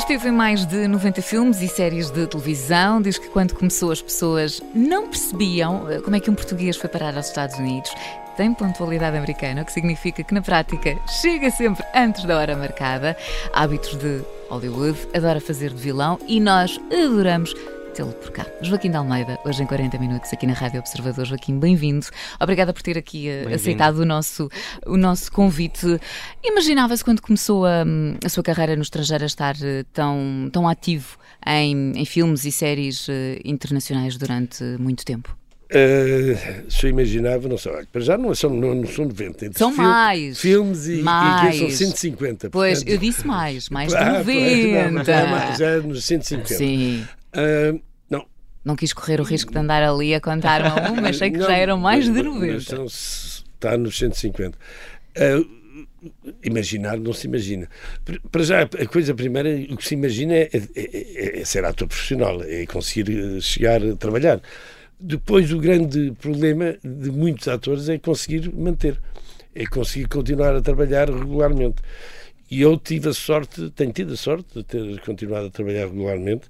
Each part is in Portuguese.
Esteve em mais de 90 filmes e séries de televisão. Diz que quando começou as pessoas não percebiam como é que um português foi parar aos Estados Unidos. Tem pontualidade americana, o que significa que na prática chega sempre antes da hora marcada. Hábitos de Hollywood, adora fazer de vilão e nós adoramos tê-lo por cá. Joaquim de Almeida, hoje em 40 minutos aqui na Rádio Observador. Joaquim, bem-vindo. Obrigada por ter aqui aceitado o nosso convite. Imaginava-se quando começou a sua carreira no estrangeiro a estar tão ativo em filmes e séries internacionais durante muito tempo? Se eu imaginava, não sei, para já não são 90. São mais. Filmes e aqui são 150. Pois, portanto, eu disse mais de 90. Já nos 150. Sim. Não quis correr o risco de andar ali a contar mas achei que já eram mais de 90. Está nos 150. Imaginar não se imagina. Para já, a coisa primeira, o que se imagina é ser ator profissional, é conseguir chegar a trabalhar. Depois, o grande problema de muitos atores é conseguir manter, é conseguir continuar a trabalhar regularmente. E eu tenho tido a sorte de ter continuado a trabalhar regularmente.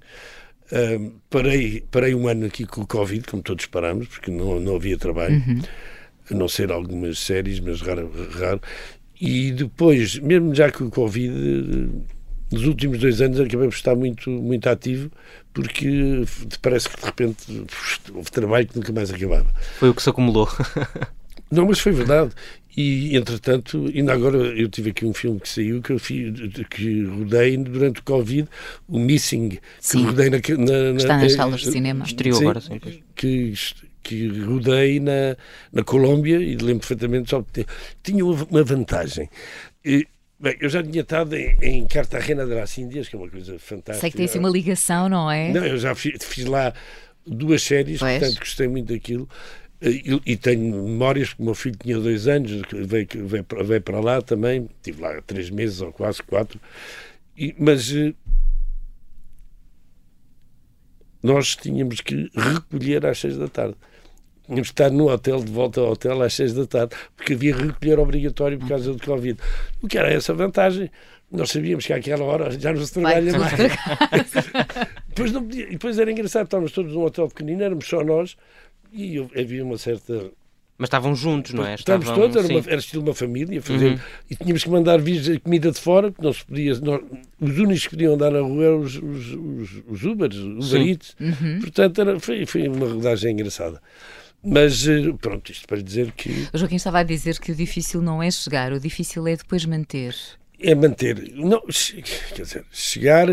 Parei um ano aqui com o Covid, como todos paramos, porque não havia trabalho, a não ser algumas séries, mas raro. E depois, mesmo já com o Covid, nos últimos 2 anos acabei por estar muito, muito ativo, porque parece que de repente houve trabalho que nunca mais acabava. Foi o que se acumulou. Não, mas foi verdade. E, entretanto, ainda agora eu tive aqui um filme que saiu que rodei durante o Covid, o Missing, sim, que rodei está nas salas de cinema. Estreou agora, sim. Que rodei na Colômbia e lembro perfeitamente, só que tinha uma vantagem. Bem, eu já tinha estado em Cartagena de las Índias, que é uma coisa fantástica. Sei que tem assim uma ligação, não é? Não, eu já fiz lá 2 séries, pois. Portanto gostei muito daquilo. E tenho memórias, porque o meu filho tinha 2 anos, veio para lá também, estive lá 3 meses ou quase 4, mas nós tínhamos que recolher às 6 da tarde. Tínhamos que estar no hotel, de volta ao hotel às 6 da tarde, porque havia recolher obrigatório por causa do Covid. O que era essa vantagem? Nós sabíamos que àquela hora já não se trabalha mais. Depois era engraçado, estávamos todos num hotel pequenino, éramos só nós, e havia uma certa... Mas estavam juntos, não é? Estávamos todos, era estilo uma família, e tínhamos que mandar vir comida de fora, porque não se podia... os únicos que podiam andar na rua eram os Ubers, os Uber Eats. Portanto, foi uma rodagem engraçada. Mas, pronto, isto para dizer que... O Joaquim estava a dizer que o difícil não é chegar, o difícil é depois manter. É manter. Não, quer dizer, chegar...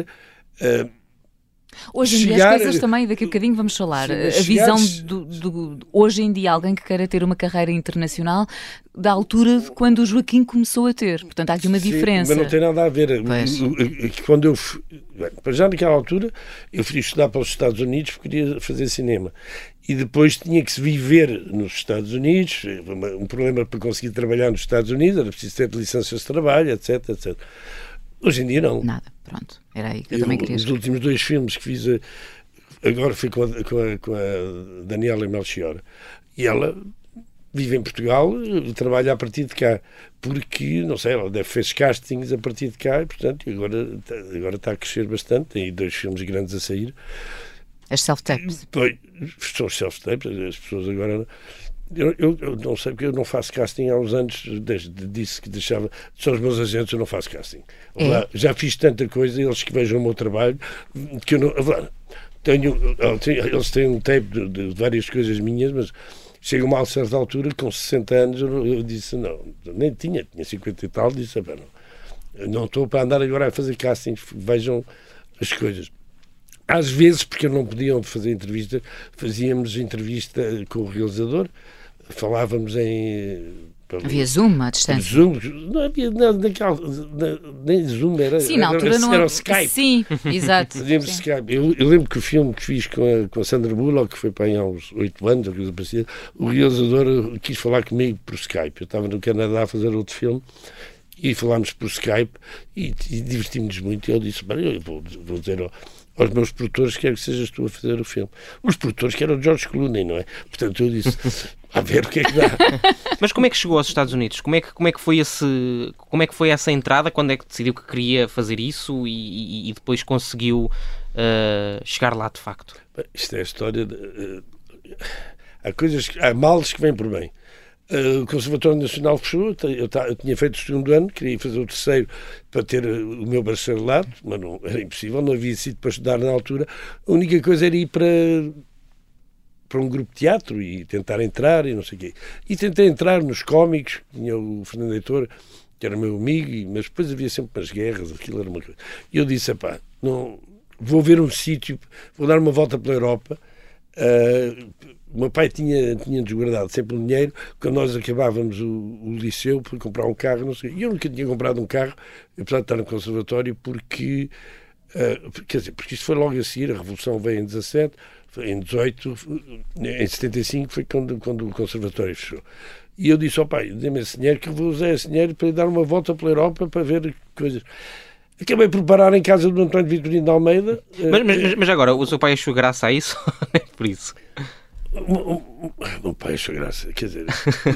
Hoje em dia as coisas também, daqui a bocadinho vamos falar, a visão hoje em dia, alguém que queira ter uma carreira internacional da altura de quando o Joaquim começou a ter, portanto há aqui uma diferença. Mas não tem nada a ver. Quando eu, para já naquela altura, eu fui estudar para os Estados Unidos porque queria fazer cinema. E depois tinha que se viver nos Estados Unidos, um problema para conseguir trabalhar nos Estados Unidos, era preciso ter licenças de trabalho, etc, etc. Hoje em dia não. Nada, pronto. Era aí que eu também queria. Os últimos 2 filmes que fiz agora foi com a Daniela Melchior. E ela vive em Portugal e trabalha a partir de cá. Porque, não sei, ela fez castings a partir de cá e, portanto, agora está a crescer bastante. Tem 2 filmes grandes a sair. As self-tapes. São os self-tapes. As pessoas agora... Eu não sei, porque eu não faço casting há uns anos, disse que deixava, são os meus agentes, eu não faço casting. Já fiz tanta coisa, eles que vejam o meu trabalho, que eu não... Eles têm um tape de várias coisas minhas, mas chega uma certa altura, com 60 anos, eu disse, não, nem tinha 50 e tal, disse, não estou para andar agora a fazer castings, vejam as coisas. Às vezes, porque não podiam fazer entrevistas, fazíamos entrevista com o realizador, falávamos em... Havia Zoom à distância? Zoom, não havia nem Zoom, sim, na altura não era o Skype. Sim, exato. Fazíamos Skype. Eu lembro que o filme que fiz com a Sandra Bullock, que foi para aí há uns 8 anos, coisa parecida, o realizador quis falar comigo por Skype. Eu estava no Canadá a fazer outro filme, e falámos por Skype, e divertimos-nos muito, e eu disse, eu vou dizer aos meus produtores, quero que sejas tu a fazer o filme. Os produtores que eram o George Clooney, não é? Portanto, eu disse, a ver o que é que dá. Mas como é que chegou aos Estados Unidos? Como é que foi essa entrada? Quando é que decidiu que queria fazer isso e depois conseguiu chegar lá de facto? Isto é a história há males que vêm por bem. O Conservatório Nacional fechou, eu tinha feito o segundo ano, queria fazer o terceiro para ter o meu bacharelado, mas não, era impossível, não havia sítio para estudar na altura. A única coisa era ir para um grupo de teatro e tentar entrar e não sei o quê. E tentei entrar nos cómicos, tinha o Fernando Heitor, que era meu amigo, mas depois havia sempre umas guerras, aquilo era uma coisa. E eu disse, não, vou ver um sítio, vou dar uma volta pela Europa. O meu pai tinha desguardado sempre um dinheiro quando nós acabávamos o liceu por comprar um carro, não sei. E eu nunca tinha comprado um carro, apesar de estar no conservatório, porque isto foi logo a seguir, a Revolução veio em 17, em 18, em 75 foi quando o conservatório fechou. E eu disse ao pai, dê-me esse dinheiro, que eu vou usar esse dinheiro para ir dar uma volta pela Europa para ver coisas. Acabei por parar em casa do António Vitorino de Almeida. Mas agora, o seu pai achou graça a isso? É por isso? O meu pai achou graça. Quer dizer,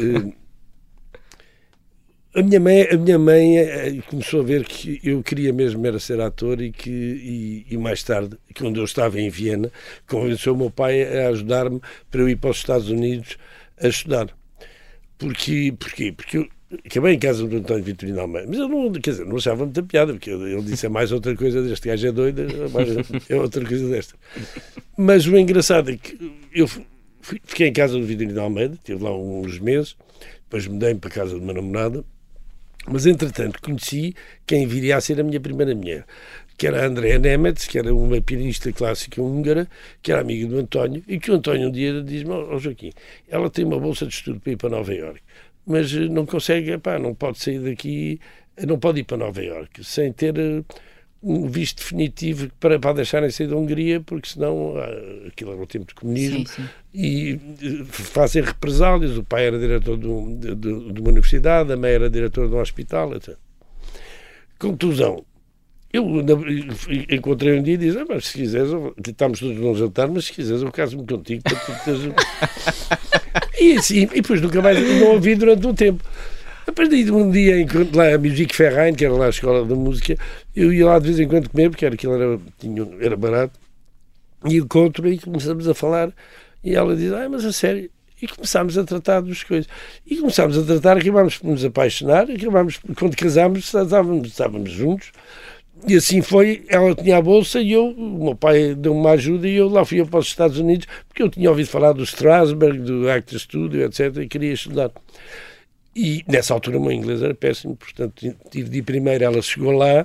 a minha mãe começou a ver que eu queria mesmo era ser ator e mais tarde, quando eu estava em Viena, convenceu o meu pai a ajudar-me para eu ir para os Estados Unidos a estudar. Porquê? Porque eu acabei em casa do António Vitorino de Almeida, mas eu não achava muita piada, porque ele disse é mais outra coisa deste gajo é doido, é outra coisa desta. Mas o engraçado é que eu fiquei em casa do Vitorino de Almeida, estive lá uns meses, depois mudei-me para a casa de uma namorada, mas entretanto conheci quem viria a ser a minha primeira mulher, que era a Andrea Nemetz, que era uma pianista clássica húngara, que era amiga do António, e que o António um dia diz-me, Joaquim, ela tem uma bolsa de estudo para ir para Nova Iorque, mas não consegue, não pode sair daqui, não pode ir para Nova Iorque, sem ter um visto definitivo para deixarem sair da Hungria, porque senão aquilo era o tempo de comunismo, sim. E fazem represálias. O pai era diretor de uma universidade, a mãe era diretora de um hospital, etc. Conclusão, eu encontrei um dia e disse, mas se quiseres, estamos todos num jantar, mas se quiseres eu caso-me contigo para tu teres... E assim, e depois nunca mais não ouvi durante um tempo. Depois de um dia encontro lá a Musique Verein, que era lá a escola da música, eu ia lá de vez em quando comer, porque aquilo era barato, e encontro e começamos a falar, e ela diz, mas a sério, e começámos a tratar das coisas. E começámos a tratar, acabámos por nos apaixonar, quando casámos, estávamos juntos, e assim foi, ela tinha a bolsa e o meu pai deu-me uma ajuda e eu lá fui para os Estados Unidos, porque eu tinha ouvido falar do Strasberg, do Actors Studio, etc, e queria estudar. E nessa altura o meu inglês era péssimo, portanto tive de ir primeiro, ela chegou lá,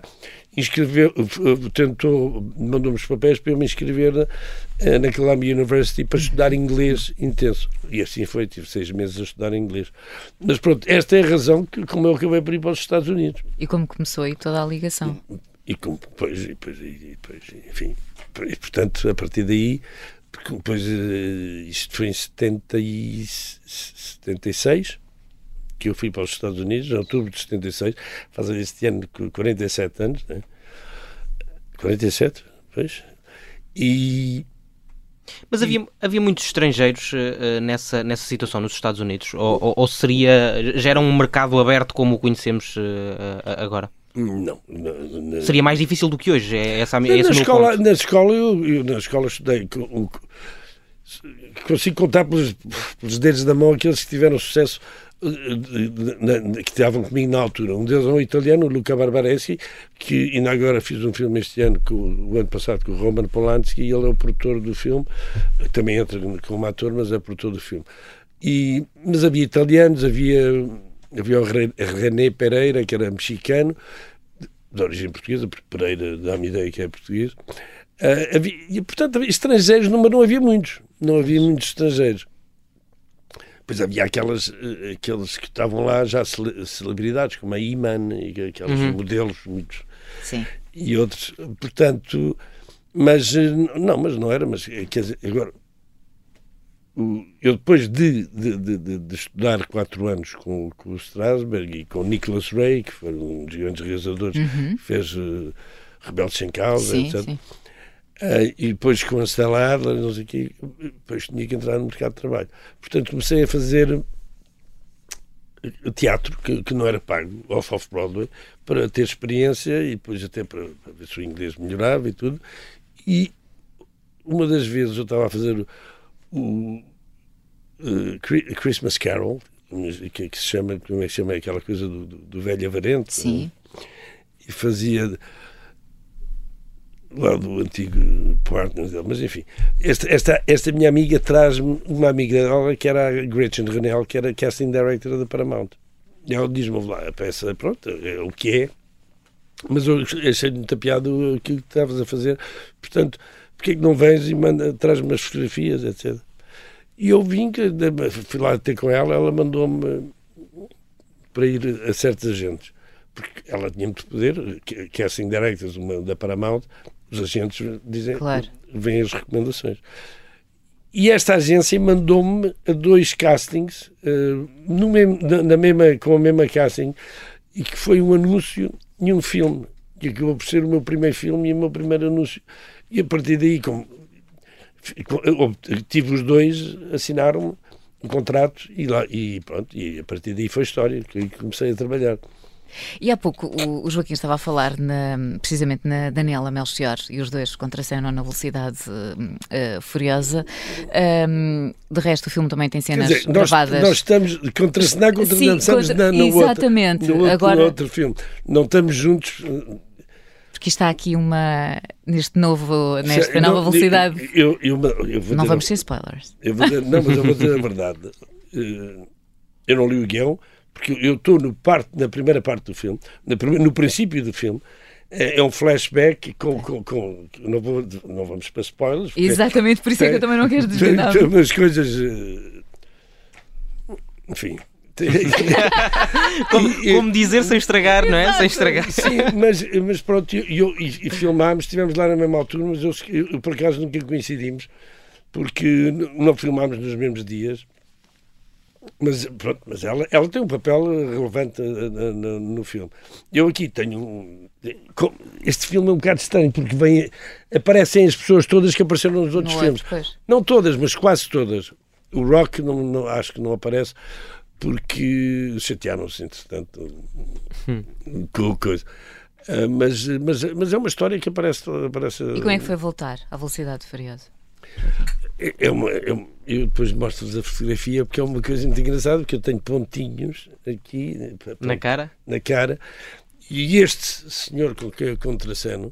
mandou-me os papéis para eu me inscrever na Columbia University para estudar inglês intenso. E assim foi, tive 6 meses a estudar inglês. Mas pronto, esta é a razão como eu acabei por ir para os Estados Unidos. E como começou aí toda a ligação? Depois, enfim, e, portanto, a partir daí, depois, isto foi em 76, que eu fui para os Estados Unidos, em outubro de 76, fazem este ano 47 anos, né? 47, pois, e... Mas havia muitos estrangeiros nessa situação nos Estados Unidos? Ou já era um mercado aberto como o conhecemos agora? Não. Seria mais difícil do que hoje? Na escola estudei. Consigo contar pelos dedos da mão aqueles que tiveram sucesso, que estavam comigo na altura. Um deles é um italiano, o Luca Barbaresi, que ainda agora fiz um filme este ano, o ano passado, com o Roman Polanski, e ele é o produtor do filme. Também entra como ator, mas é produtor do filme. Mas havia italianos, havia o René Pereira, que era mexicano, de origem portuguesa, porque Pereira dá-me ideia que é português. Portanto, estrangeiros, mas não havia muitos. Não havia muitos estrangeiros. Pois havia aqueles que estavam lá já celebridades, como a Iman, e aqueles modelos muitos. Sim. E outros. Portanto, mas não era. Mas, quer dizer, agora... Eu depois de estudar 4 anos com o Strasberg e com o Nicholas Ray, que foi um dos grandes realizadores, que fez Rebelde Sem Causa, etc. Sim. E depois com a Stella Adler, não sei o quê, depois tinha que entrar no mercado de trabalho. Portanto, comecei a fazer teatro, que não era pago, off-Broadway, para ter experiência e depois até para ver se o inglês melhorava e tudo. E uma das vezes eu estava a fazer o Christmas Carol, que se chama, como é que se chama, aquela coisa do velho avarento. Sim. Né? E fazia lá do antigo partner dele, mas enfim, esta minha amiga traz-me uma amiga dela que era a Gretchen Renel, que era casting director da Paramount. E ela diz-me lá, a peça, pronto, é o que é, mas eu achei muito piada aquilo que estavas a fazer, portanto, porque é que não vens e traz-me umas fotografias, etc. E eu vim, fui lá ter com ela, ela mandou-me para ir a certos agentes, porque ela tinha muito poder, casting directors da Paramount, os agentes dizem, claro, vêm as recomendações. E esta agência mandou-me a 2 castings, com a mesma casting, e que foi um anúncio e um filme, que acabou por ser o meu primeiro filme e o meu primeiro anúncio. E a partir daí, tive os 2, assinaram um contrato e pronto, e a partir daí foi história, que comecei a trabalhar. E há pouco o Joaquim estava a falar precisamente na Daniela Melchior e os 2 contracenam na velocidade furiosa. De resto, o filme também tem cenas gravadas. Nós estamos contracenando exatamente. No outro filme. Não estamos juntos. Porque está aqui nesta nova velocidade. Não vamos ser spoilers. Mas eu vou dizer a verdade. Eu não li o guião, porque eu estou na primeira parte do filme, no princípio do filme, é um flashback não vamos para spoilers. Exatamente, por isso é que eu também não quero desvendar. Tem umas coisas... Enfim... como dizer sem estragar, não é? Sem estragar. Sim, mas pronto, e filmámos, estivemos lá na mesma altura, mas eu por acaso nunca coincidimos, porque não filmámos nos mesmos dias. Mas ela tem um papel relevante no filme. Eu aqui tenho este filme é um bocado estranho, porque aparecem as pessoas todas que apareceram nos outros filmes. Não todas, mas quase todas. O Rock acho que não aparece, porque chatearam-se, entretanto, com a coisa. Mas é uma história que aparece. E como é que foi voltar à velocidade furiosa? Eu depois mostro-vos a fotografia, porque é uma coisa muito engraçada, porque eu tenho pontinhos aqui na cara, e este senhor com quem eu contraceno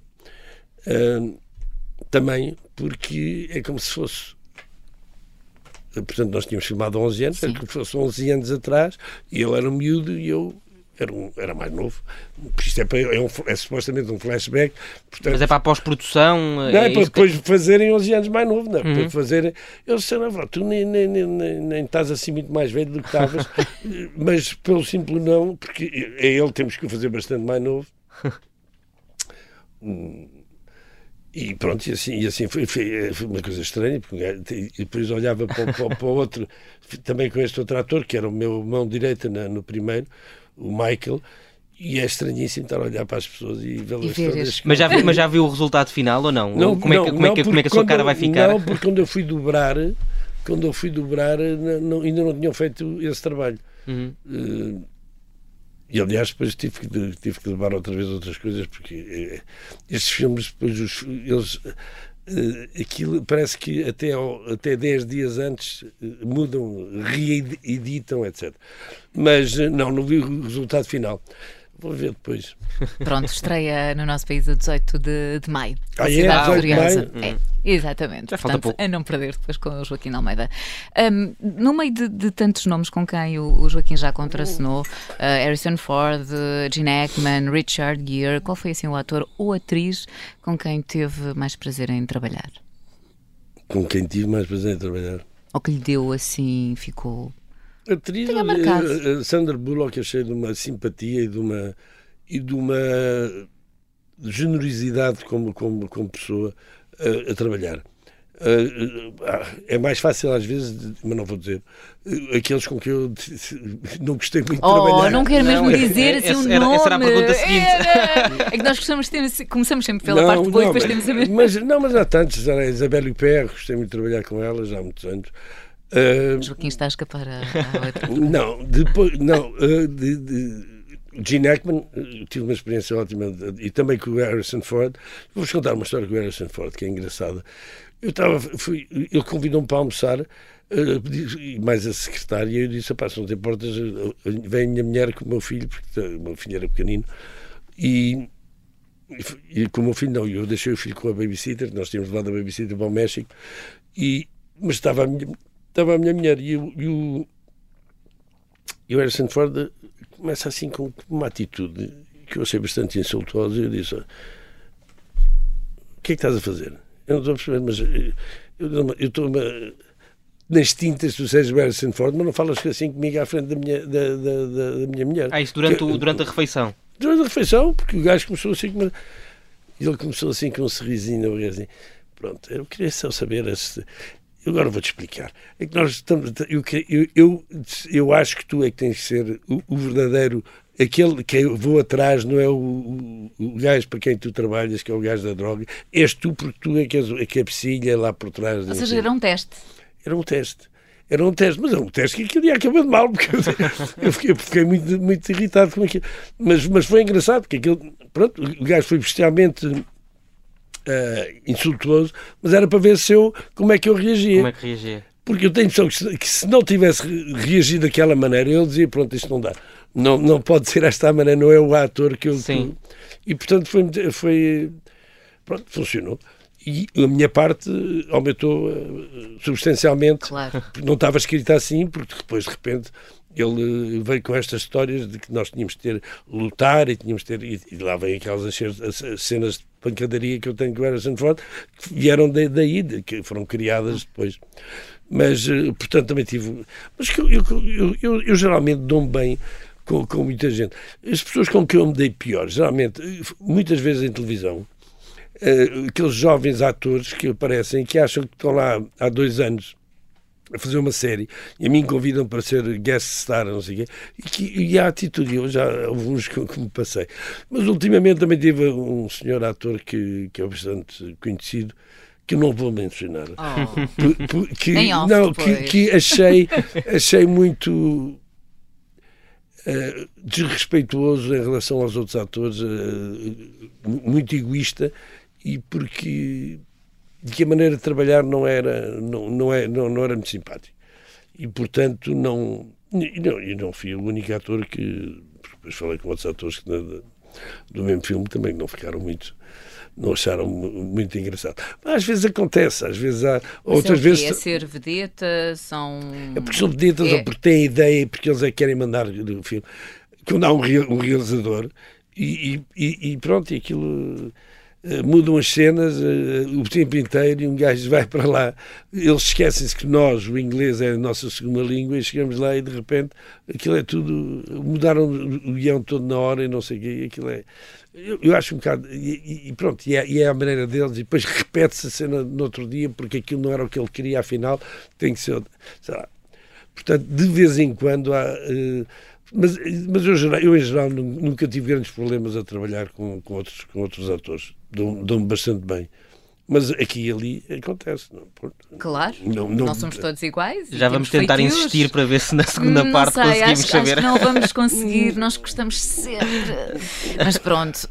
também, porque é como se fosse, portanto nós tínhamos filmado há 11 anos, é como se fosse 11 anos atrás, e ele era um miúdo e eu era mais novo, porque isto é supostamente um flashback. Portanto, mas é para a pós-produção? Não, é para depois fazerem 11 anos mais novo, não. Para fazerem, eu sei, não, tu nem estás assim muito mais velho do que estavas, mas pelo simples não, porque a ele temos que o fazer bastante mais novo. E pronto, e assim foi uma coisa estranha, porque e depois olhava para o outro, também com este outro ator, que era o meu mão direita no primeiro, o Michael, e é estranhíssimo estar a olhar para as pessoas e vê-las todas. Mas já viu o resultado final ou não? Como é que a sua cara vai ficar? Não, porque quando eu fui dobrar, ainda não tinham feito esse trabalho. E aliás depois tive que levar outra vez outras coisas, porque estes filmes depois aquilo parece que até 10 dias antes mudam, reeditam, etc. Mas não vi o resultado final. Vou ver depois. Pronto, estreia no nosso país a 18 de maio. Cidade Furiosa. Exatamente. Já falta pouco. A não perder depois com o Joaquim Almeida. No meio de tantos nomes com quem o Joaquim já contracenou, Harrison Ford, Gene Hackman, Richard Gere, qual foi assim o ator ou atriz com quem teve mais prazer em trabalhar? Com quem tive mais prazer em trabalhar? Ou que lhe deu assim, ficou... A atriz, a Sandra Bullock, achei de uma simpatia e de uma generosidade como pessoa a trabalhar. É mais fácil às vezes, mas não vou dizer, aqueles com que eu não gostei muito de trabalhar. Não quero mesmo dizer assim um nome. Essa era a pergunta seguinte. É que nós começamos sempre pela parte boa e depois temos a mesma. Mas há tantos, a Isabelle Huppert, gostei muito de trabalhar com ela já há muitos anos. Joaquim está a escapar à outra. Gene Hackman, tive uma experiência ótima, e também com o Harrison Ford. Vou-vos contar uma história com o Harrison Ford, que é engraçada. Ele convidou-me para almoçar, mais a secretária, e eu disse: se não te importas, vem a minha mulher com o meu filho, porque o meu filho era pequenino, e com o meu filho não, eu deixei o filho com a babysitter, nós tínhamos levado a babysitter para o México, mas estava a minha mulher, e o Harrison Ford começa assim com uma atitude que eu achei bastante insultuosa, e eu disse: o que é que estás a fazer? Eu não estou a perceber, mas eu estou nas tintas do Sérgio Harrison Ford, mas não falas assim comigo à frente da minha mulher. Isso durante a refeição? Durante a refeição, porque o gajo começou assim com ele começou assim com um sorrisinho, assim. Pronto, eu queria só saber agora vou-te explicar. É que nós estamos. Eu acho que tu é que tens que ser o verdadeiro. Aquele que eu vou atrás não é o gajo para quem tu trabalhas, que é o gajo da droga. És tu, porque tu é que és a cabecilha lá por trás. Ou seja, era um teste. Era um teste, mas era um teste que aquilo ia acabar de mal, porque eu fiquei muito, muito irritado com aquilo. Mas foi engraçado, porque pronto, o gajo foi bestialmente insultuoso, mas era para ver como é que eu reagia. Como é que reagia? Porque eu tenho a impressão que se não tivesse reagido daquela maneira, ele dizia: pronto, isto não dá. Não pode ser esta maneira, não é o ator que eu... Sim. E portanto pronto, funcionou. E a minha parte aumentou substancialmente. Claro. Não estava escrita assim, porque depois de repente ele veio com estas histórias de que nós tínhamos de lutar e tínhamos de ter... E lá vem aquelas cenas de pancadaria que eu tenho com o Harrison Ford, que vieram daí, que foram criadas depois. Mas, portanto, também tive... Mas eu geralmente dou-me bem com muita gente. As pessoas com quem eu me dei pior, geralmente, muitas vezes em televisão, aqueles jovens atores que aparecem, que acham que estão lá há 2 anos a fazer uma série, e a mim convidam para ser guest star, não sei o quê, e a atitude, eu já houve uns que me passei. Mas ultimamente também tive um senhor ator que é bastante conhecido, que eu não vou mencionar. Que achei muito desrespeituoso em relação aos outros atores, muito egoísta, e porque de que a maneira de trabalhar não era muito simpático. E portanto não fui o único ator que, depois falei com outros atores do mesmo filme também que não ficaram muito, não acharam muito engraçado. Mas às vezes acontece, às vezes há outras vezes. É ser vedeta, É porque são vedetas ou porque têm ideia, porque eles querem mandar o filme. Quando há um realizador e pronto, e aquilo mudam as cenas o tempo inteiro, e um gajo vai para lá, eles esquecem-se que nós, o inglês é a nossa segunda língua, e chegamos lá e de repente aquilo é tudo, mudaram o guião todo na hora e não sei o quê, e aquilo é... Eu acho um bocado, e pronto, e é a maneira deles, e depois repete-se a cena no outro dia, porque aquilo não era o que ele queria, afinal tem que ser, sei lá. Portanto, de vez em quando há... Mas eu, em geral, nunca tive grandes problemas a trabalhar com outros atores. Dou-me bastante bem. Mas aqui e ali acontece. Claro, não somos todos iguais. Já vamos tentar insistir para ver se na segunda parte conseguimos saber. Acho que não vamos conseguir, nós gostamos sempre. Mas pronto.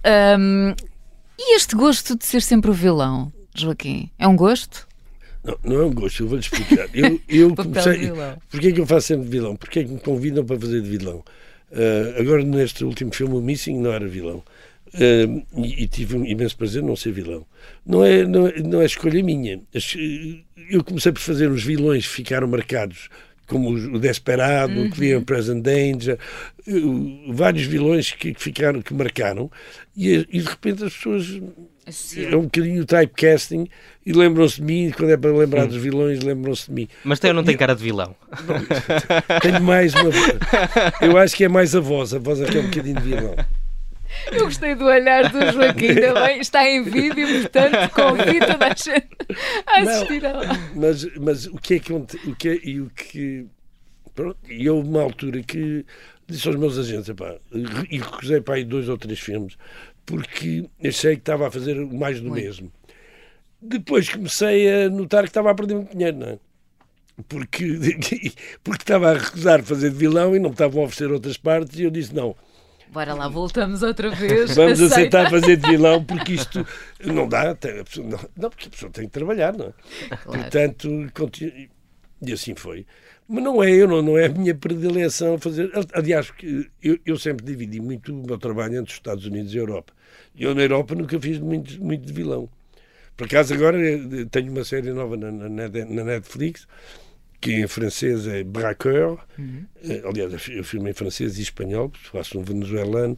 E este gosto de ser sempre o vilão, Joaquim? É um gosto? Não é um gosto, eu vou-lhe explicar. Eu comecei... Porquê é que eu faço sempre de vilão? Porquê é que me convidam para fazer de vilão? Agora, neste último filme, o Missing, não era vilão. E tive um imenso prazer não ser vilão. Não é escolha minha. Eu comecei por fazer os vilões que ficaram marcados, como o Desperado, o Clear and Present Danger, vários vilões que marcaram, e de repente as pessoas... É um bocadinho o typecasting, e lembram-se de mim, quando é para lembrar dos vilões, lembram-se de mim. Mas eu não tenho cara de vilão. Não, tenho mais uma... Eu acho que é mais a voz é que é um bocadinho de vilão. Eu gostei do olhar do Joaquim, ainda bem, está em vídeo, portanto, convido toda a gente a assistir a... Mas o que é que... Pronto, e houve uma altura que disse aos meus agentes, e recusei para aí 2 ou 3 filmes, porque achei que estava a fazer mais do mesmo. Depois comecei a notar que estava a perder muito dinheiro, não é? Porque estava a recusar fazer de vilão e não me estavam a oferecer outras partes, e eu disse não. Bora lá, voltamos outra vez. Vamos aceitar fazer de vilão, porque isto não dá. Não, porque a pessoa tem que trabalhar, não é? Claro. Portanto, e assim foi. Mas não é a minha predileção fazer. Aliás, eu sempre dividi muito o meu trabalho entre os Estados Unidos e a Europa. Eu na Europa nunca fiz muito de vilão. Por acaso agora tenho uma série nova na Netflix, que em francês é Braqueur. Aliás, eu filmo em francês e espanhol, faço um venezuelano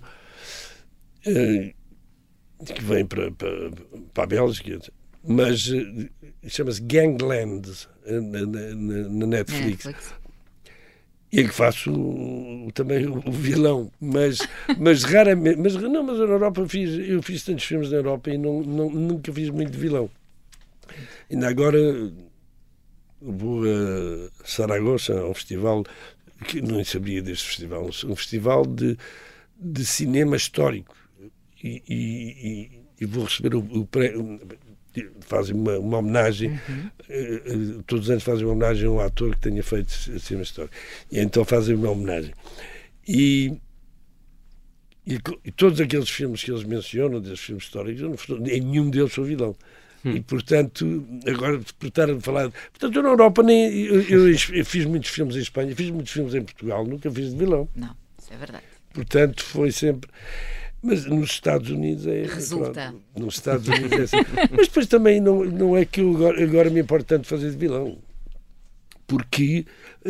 que vem para a Bélgica, mas chama-se Gangland na Netflix. E é que faço também o vilão, mas raramente, mas na Europa eu fiz tantos filmes na Europa e nunca fiz muito de vilão. Ainda agora vou a Saragossa, a um festival que não sabia deste festival, um festival de cinema histórico, e vou receber o prémio. Fazem uma homenagem, todos os anos fazem uma homenagem a um ator que tenha feito cinema histórico, e então fazem uma homenagem, e todos aqueles filmes que eles mencionam, desses filmes históricos, em nenhum deles sou vilão. E portanto, agora por estar a falar, portanto, eu na Europa eu fiz muitos filmes em Espanha, fiz muitos filmes em Portugal, nunca fiz de vilão. Não, isso é verdade. Portanto, foi sempre. Mas nos Estados Unidos resulta. Claro, nos Estados Unidos é assim. Mas depois também não é que eu agora me importa tanto fazer de vilão, porque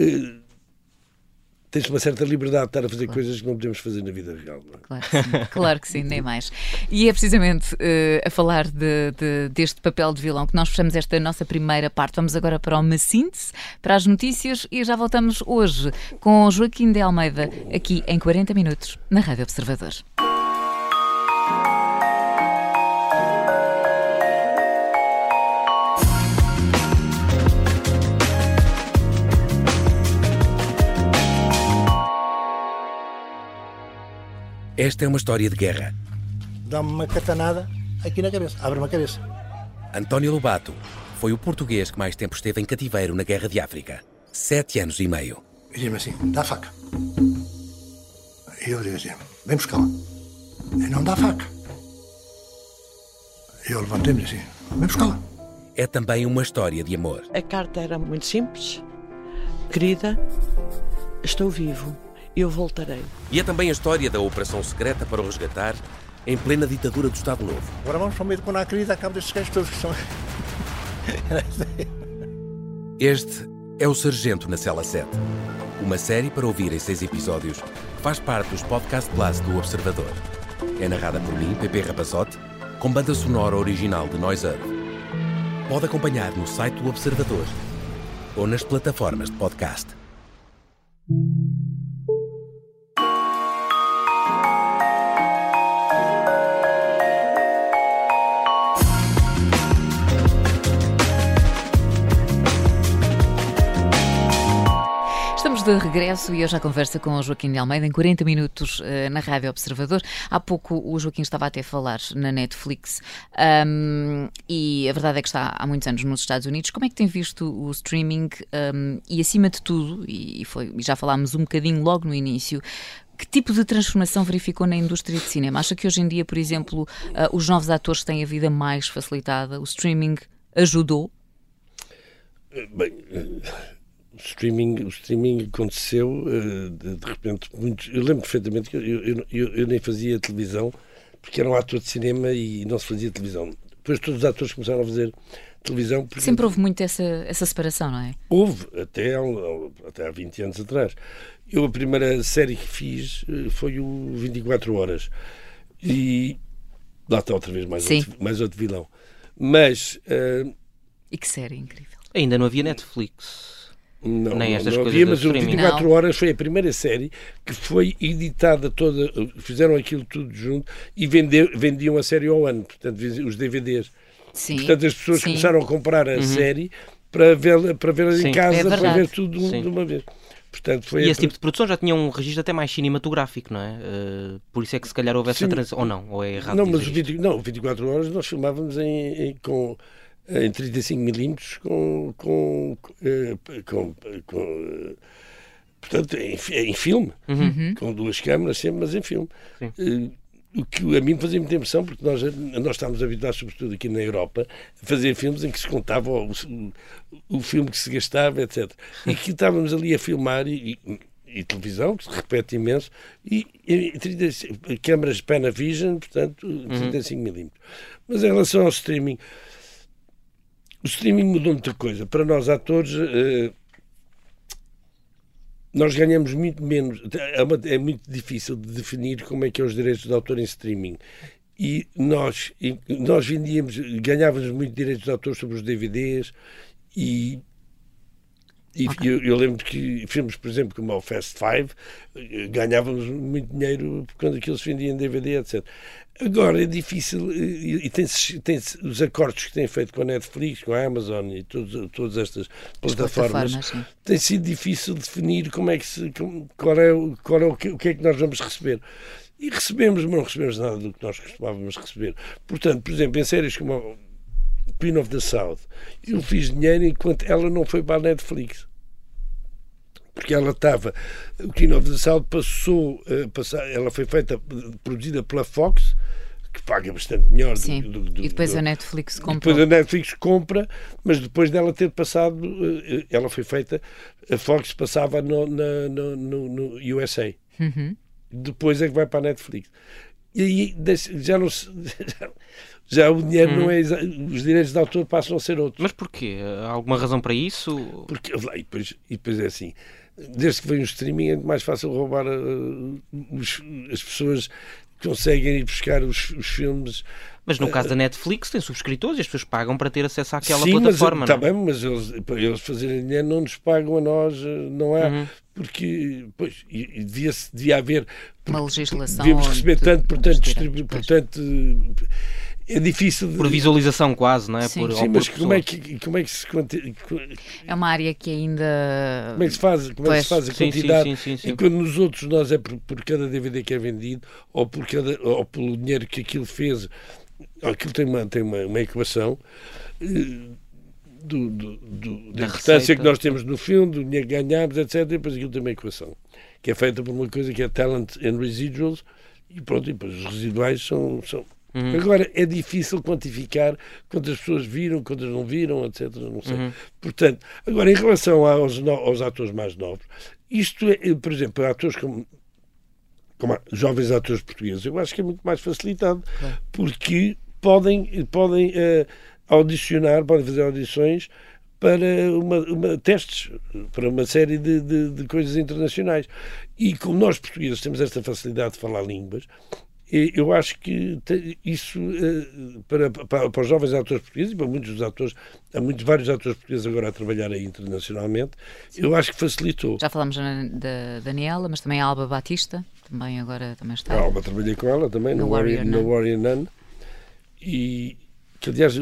tens uma certa liberdade de estar a fazer coisas que não podemos fazer na vida real. Não é? Claro que sim, nem mais. E é precisamente a falar deste papel de vilão que nós fechamos esta nossa primeira parte. Vamos agora para uma síntese, para as notícias, e já voltamos hoje com Joaquim de Almeida, aqui em 40 minutos, na Rádio Observador. Esta é uma história de guerra. Dá-me uma catanada aqui na cabeça. Abre-me a cabeça. António Lobato foi o português que mais tempo esteve em cativeiro na Guerra de África. 7 anos e meio. E diz-me assim, dá a faca. E eu digo assim, vem buscar-la. E não dá a faca. E eu levantei-me assim, vem buscar-la. É também uma história de amor. A carta era muito simples. Querida, estou vivo. Eu voltarei. E é também a história da operação secreta para o resgatar em plena ditadura do Estado Novo. Agora vamos para o meio de Conakry e acabo destes gajos todos que são... Este é o Sargento na Cela 7. Uma série para ouvir em 6 episódios que faz parte dos Podcast Plus do Observador. É narrada por mim, Pepe Rapazote, com banda sonora original de Noise Earth. Pode acompanhar no site do Observador ou nas plataformas de podcast. De regresso, e hoje à conversa com o Joaquim de Almeida em 40 minutos na Rádio Observador. Há pouco o Joaquim estava até a falar na Netflix, e a verdade é que está há muitos anos nos Estados Unidos. Como é que tem visto o streaming e, acima de tudo, e já falámos um bocadinho logo no início, que tipo de transformação verificou na indústria de cinema? Acha que hoje em dia, por exemplo, os novos atores têm a vida mais facilitada? O streaming ajudou? Bem... O streaming aconteceu de repente. Eu lembro perfeitamente que eu nem fazia televisão, porque era um ator de cinema e não se fazia televisão. Depois todos os atores começaram a fazer televisão. Porque... Sempre houve muito essa separação, não é? Houve, até há 20 anos atrás. Eu, a primeira série que fiz foi o 24 Horas. E lá está outra vez mais outro vilão. Mas... E que série incrível. Ainda não havia Netflix. Nem estas não coisas havia, do mas o streaming. 24 Horas foi a primeira série que foi editada toda, fizeram aquilo tudo junto e vendiam a série ao ano, portanto, os DVDs. Sim. Portanto, as pessoas Sim. começaram a comprar a série para vê-la Sim. em casa, É para verdade. ver tudo de uma vez. Portanto, foi E esse tipo de produção já tinha um registro até mais cinematográfico, não é? Por isso é que se calhar houve essa Sim. transição. Ou não? Ou é errado Não, mas dizer isto? o 24 Horas nós filmávamos em 35mm portanto, em filme, com 2 câmaras sempre, mas em filme. O que a mim fazia muita impressão, porque nós estávamos habituados, sobretudo aqui na Europa, a fazer filmes em que se contava o filme que se gastava, etc. E que estávamos ali a filmar e televisão, que se repete imenso, e câmaras Panavision, portanto, 35mm. Mas em relação ao streaming, o streaming mudou muita coisa. Para nós, atores, nós ganhamos muito menos. É muito difícil de definir como é que é os direitos de autor em streaming. E nós ganhávamos muito direitos de autor sobre os DVDs e eu lembro que filmes, por exemplo, como o Fast Five, ganhávamos muito dinheiro quando aquilo se vendia em DVD, etc. Agora é difícil, e tem os acordos que têm feito com a Netflix, com a Amazon e todas estas plataformas, tem sido difícil definir o que é que nós vamos receber. E recebemos, mas não recebemos nada do que nós costumávamos receber. Portanto, por exemplo, em séries como Queen of the South, eu fiz dinheiro enquanto ela não foi para a Netflix. Porque ela estava... O Queen of the South ela foi produzida pela Fox, que paga bastante melhor. Sim. E depois a Netflix comprou. Depois a Netflix compra, mas depois dela ter passado... Ela foi feita... A Fox passava no USA. Depois é que vai para a Netflix. E aí já o dinheiro não é... Os direitos de autor passam a ser outros. Mas porquê? Há alguma razão para isso? Porque, e depois é assim, desde que vem o streaming é mais fácil roubar as pessoas conseguem ir buscar os filmes. Mas no caso da Netflix tem subscritores e as pessoas pagam para ter acesso àquela sim, plataforma. Mas, está bem, mas eles fazerem dinheiro não nos pagam a nós, não há, porque pois, devia haver uma legislação. Devíamos receber tanto, portanto, é difícil por visualização quase, não é? Sim, sim, mas como é que se é uma área que ainda como é que se faz a quantidade? Sim. E quando nos outros nós é por cada DVD que é vendido ou pelo dinheiro que aquilo fez. Aquilo tem uma equação da importância que nós temos no filme, do dinheiro que ganhamos, etc. E depois aquilo tem uma equação que é feita por uma coisa que é talent and residuals e pronto, e depois os residuais são... Agora, é difícil quantificar quantas pessoas viram, quantas não viram, etc. Não sei. Portanto, agora, em relação aos atores mais novos, isto é, por exemplo, atores como jovens atores portugueses, eu acho que é muito mais facilitado, porque podem audicionar, podem fazer audições para testes, para uma série de coisas internacionais. E como nós portugueses temos esta facilidade de falar línguas, eu acho que isso, para os jovens atores portugueses e para muitos dos atores, há vários atores portugueses agora a trabalhar aí internacionalmente, eu acho que facilitou. Já falámos da Daniela, mas também a Alba Batista, também está. A Alba, trabalhei com ela também no Warrior Nun. E que, aliás,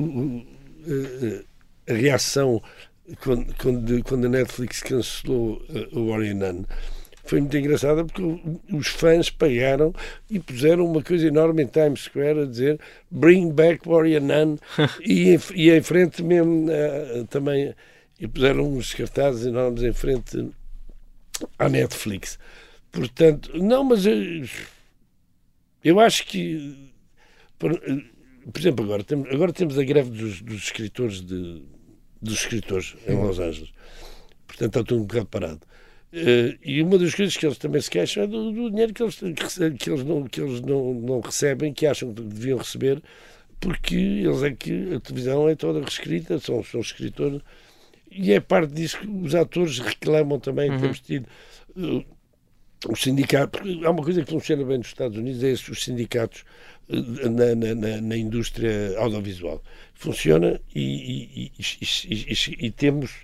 a reação quando a Netflix cancelou o Warrior Nun foi muito engraçada, porque os fãs pagaram e puseram uma coisa enorme em Times Square a dizer Bring back Warrior Nun e em frente mesmo também, e puseram uns cartazes enormes em frente à Netflix. Portanto, não, mas eu acho que, por exemplo, agora temos a greve dos escritores em Los Angeles. Portanto, está tudo um bocado parado. E uma das coisas que eles também se queixam é do dinheiro que eles não recebem, que acham que deviam receber, porque eles é que a televisão é toda reescrita, são escritores, e é parte disso que os atores reclamam também. Temos tido os sindicatos, há uma coisa que funciona bem nos Estados Unidos, é os sindicatos na indústria audiovisual. Funciona e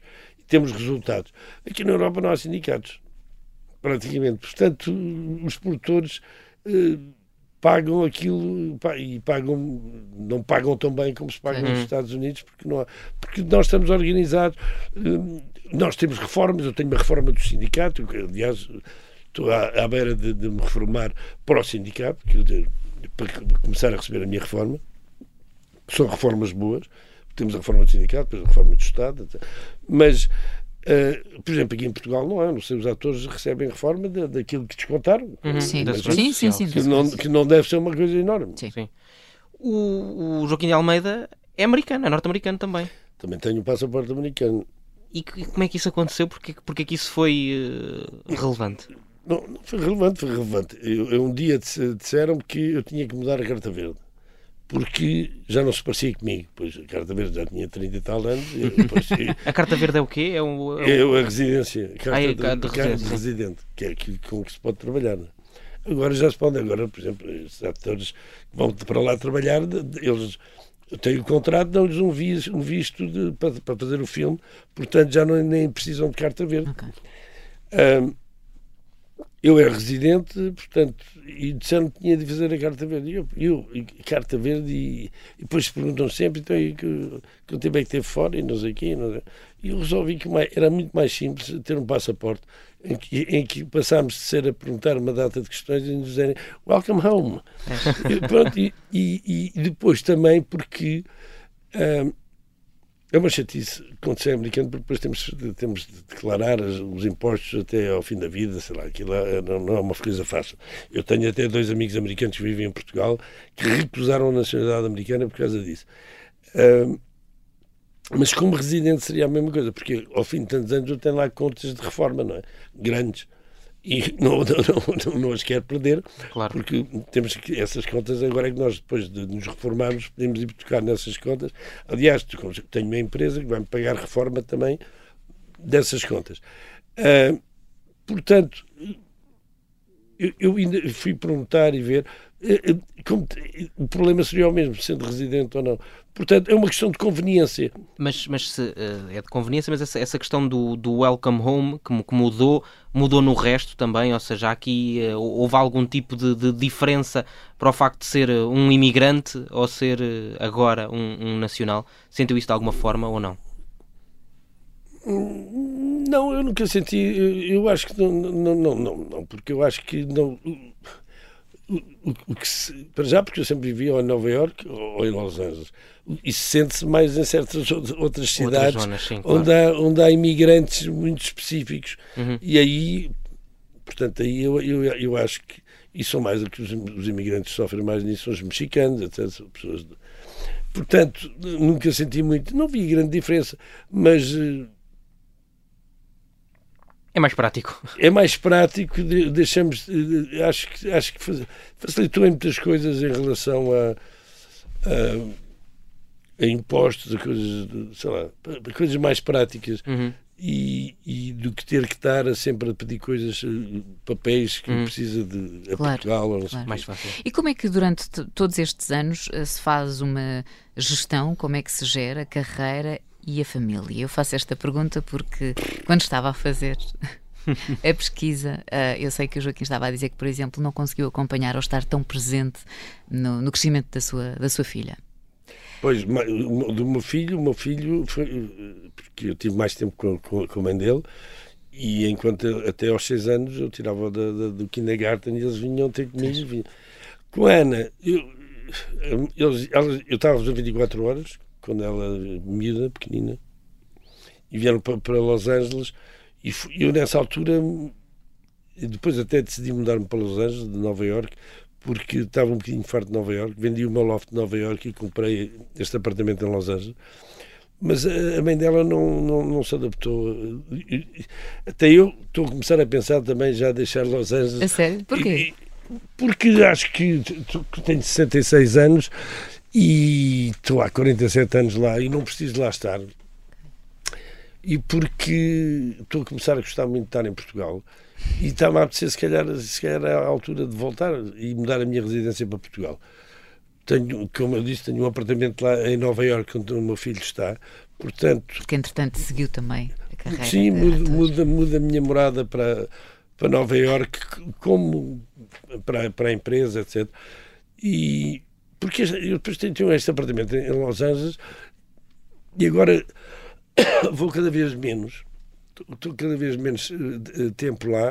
temos resultados. Aqui na Europa não há sindicatos, praticamente. Portanto, os produtores pagam aquilo e não pagam tão bem como se paga nos Estados Unidos, porque nós estamos organizados, nós temos reformas, eu tenho uma reforma do sindicato, aliás, estou à beira de me reformar para o sindicato, para começar a receber a minha reforma. São reformas boas, temos a reforma do sindicato, depois a reforma do Estado, mas, por exemplo, aqui em Portugal não sei, os atores recebem reforma daquilo que descontaram. Sim, que não deve ser uma coisa enorme. Sim. O Joaquim de Almeida é americano, é norte-americano também. Também tenho um passaporte americano. E como é que isso aconteceu? Porque que isso foi relevante? Não foi relevante, foi relevante. Um dia disseram-me que eu tinha que mudar a carta verde, porque já não se parecia comigo. Pois a carta verde já tinha 30 e tal anos. A carta verde é o quê? É a residência. A carta de residente, que é aquilo com que se pode trabalhar. Agora já se pode. Agora, por exemplo, os atores que vão para lá trabalhar, eles têm o contrato, dão-lhes um visto para fazer o filme, portanto já nem precisam de carta verde. Okay. Eu era residente, portanto, e disseram que tinha de fazer a carta verde. Carta verde, e depois perguntam sempre, então, que o tempo é que teve fora, e não sei o quê. E eu resolvi que era muito mais simples ter um passaporte em que passámos de ser a perguntar uma data de questões e nos dizerem welcome home. E depois também porque é uma chatice quando se é americano, porque depois temos de declarar os impostos até ao fim da vida, sei lá, aquilo não é uma coisa fácil. Eu tenho até 2 amigos americanos que vivem em Portugal que recusaram a nacionalidade americana por causa disso. Mas como residente seria a mesma coisa, porque ao fim de tantos anos eu tenho lá contas de reforma, não é? Grandes. E não as quero perder, claro. Porque temos que essas contas, agora é que nós, depois de nos reformarmos, podemos ir tocar nessas contas. Aliás, tenho uma empresa que vai-me pagar reforma também dessas contas. Portanto, eu ainda fui perguntar e ver o problema seria o mesmo, sendo residente ou não. Portanto, é uma questão de conveniência. Mas é de conveniência, mas essa questão do welcome home, que mudou no resto também, ou seja, aqui houve algum tipo de diferença para o facto de ser um imigrante ou ser agora um nacional? Sentiu isso de alguma forma ou não? Não, eu nunca senti. Eu acho que não, porque eu acho que não. Para já, porque eu sempre vivia ou em Nova Iorque ou em Los Angeles, e sente-se mais em certas outras cidades zonas, sim, claro. onde há imigrantes muito específicos. E aí, portanto, aí eu acho que isso são mais que os imigrantes sofrem mais nisso, são os mexicanos, etc. Pessoas portanto, nunca senti muito, não vi grande diferença, mas é mais prático. É mais prático, deixamos, acho que facilitou em muitas coisas em relação a impostos, a coisas, sei lá, a coisas mais práticas. E do que ter que estar sempre a pedir coisas, papéis que precisa de Portugal. Ou claro. Mais fácil. E como é que durante todos estes anos se faz uma gestão, como é que se gera a carreira e a família? Eu faço esta pergunta porque quando estava a fazer a pesquisa, eu sei que o Joaquim estava a dizer que, por exemplo, não conseguiu acompanhar ou estar tão presente no crescimento da sua filha. Pois, do meu filho foi, porque eu tive mais tempo com a mãe dele, e enquanto até aos 6 anos eu tirava do kindergarten e eles vinham ter comigo. Com a Ana, eu estava a fazer 24 horas, quando ela miúda, pequenina, e vieram para Los Angeles, e eu nessa altura, depois até decidi mudar-me para Los Angeles, de Nova Iorque, porque estava um bocadinho farto de Nova Iorque, vendi o meu loft de Nova Iorque e comprei este apartamento em Los Angeles, mas a mãe dela não se adaptou. Até eu estou a começar a pensar também já deixar Los Angeles. A sério? Porquê? Porque acho que tenho 66 anos e estou há 47 anos lá e não preciso de lá estar. E porque estou a começar a gostar muito de estar em Portugal e está-me a apetecer, se calhar é a altura de voltar e mudar a minha residência para Portugal. Como eu disse, tenho um apartamento lá em Nova Iorque onde o meu filho está, Portanto, que entretanto seguiu também a carreira. Sim, muda a minha morada para Nova Iorque, como para a empresa, etc. E porque eu depois tenho este apartamento em Los Angeles e agora vou cada vez menos, estou cada vez menos tempo lá.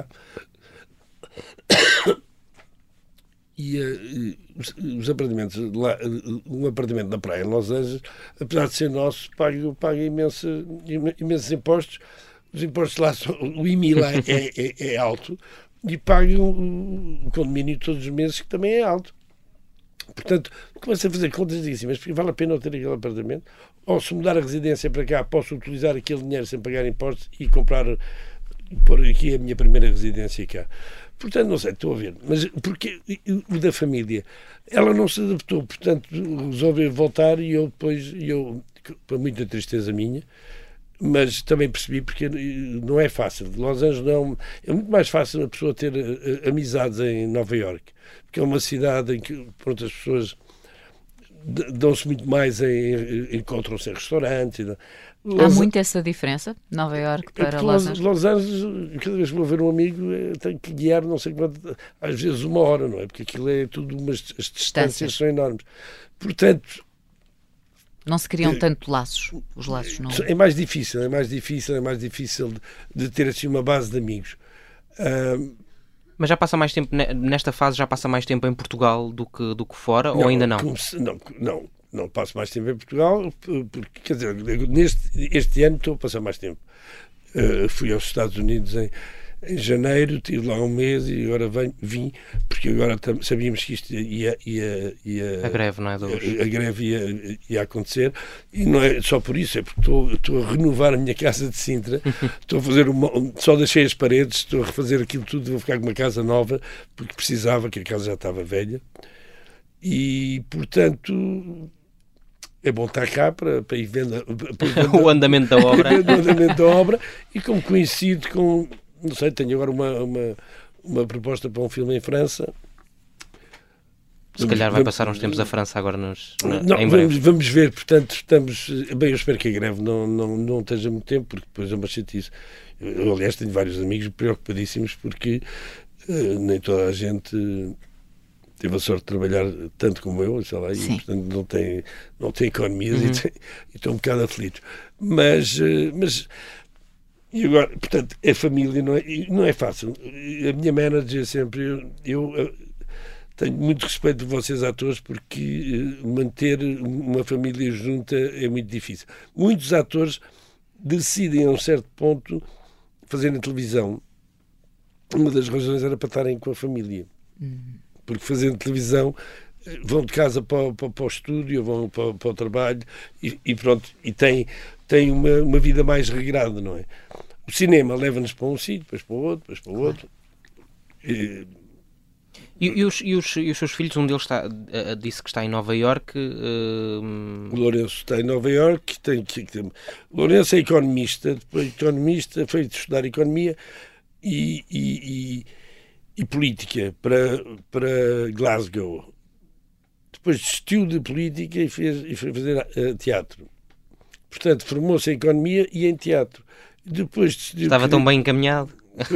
E os apartamentos lá, um apartamento na praia em Los Angeles, apesar de ser nosso, paga imensos impostos. Os impostos lá, o IMI lá é alto, e paga o condomínio todos os meses, que também é alto. Portanto, começo a fazer contas mas vale a pena eu ter aquele apartamento? Ou se mudar a residência para cá, posso utilizar aquele dinheiro sem pagar impostos e pôr aqui a minha primeira residência cá. Portanto, não sei, estou a ver. Mas porque o da família, ela não se adaptou, portanto, resolveu voltar e eu depois, para muita tristeza minha, mas também percebi porque não é fácil. Los Angeles não é muito mais fácil a pessoa ter amizades em Nova Iorque, porque é uma cidade em que, pronto, as pessoas dão-se muito mais, encontram-se em restaurantes. Há muito essa diferença, Nova Iorque para Los Angeles? Los Angeles, cada vez que vou ver um amigo, tenho que guiar não sei quanto, às vezes 1 hora, não é? Porque aquilo é tudo, as distâncias são enormes. Portanto, não se criam tanto laços, os laços não. É mais difícil de ter assim uma base de amigos. Mas já passa mais tempo, nesta fase, já passa mais tempo em Portugal do que fora, ou ainda não? Não passo mais tempo em Portugal, porque, quer dizer, este ano estou a passar mais tempo. Fui aos Estados Unidos em janeiro, estive lá um mês e agora vim, porque agora sabíamos que isto ia a greve, não é? A greve ia acontecer, e não é só por isso, é porque estou a renovar a minha casa de Sintra, estou a fazer só deixei as paredes, estou a refazer aquilo tudo, vou ficar com uma casa nova, porque precisava, que a casa já estava velha, e, portanto, é bom estar cá para ir vendo o andamento da obra. O andamento da obra, e como coincide com, não sei, tenho agora uma proposta para um filme em França. Se calhar vai passar uns tempos a França agora em breve. Vamos ver, portanto, estamos... Bem, eu espero que a greve não esteja muito tempo, porque depois é uma chatice. Eu, aliás, tenho vários amigos preocupadíssimos, porque nem toda a gente teve a sorte de trabalhar tanto como eu, sei lá, e portanto não tem economias e estão um bocado aflitos. Mas e agora, portanto, a família não é fácil. A minha manager sempre, eu tenho muito respeito por vocês atores, porque manter uma família junta é muito difícil. Muitos atores decidem a um certo ponto fazerem televisão. Uma das razões era para estarem com a família. Porque fazendo televisão vão de casa para o estúdio, vão para o trabalho e pronto, e têm uma vida mais regrada, não é? O cinema leva-nos para um sítio, depois para o outro, depois para o outro. E os seus filhos, um deles disse que está em Nova Iorque. O Lourenço está em Nova Iorque. O Lourenço é economista, depois foi estudar economia e política para Glasgow. Depois desistiu de política e foi fazer teatro. Portanto, formou-se em economia e em teatro. Depois estava tão bem encaminhado.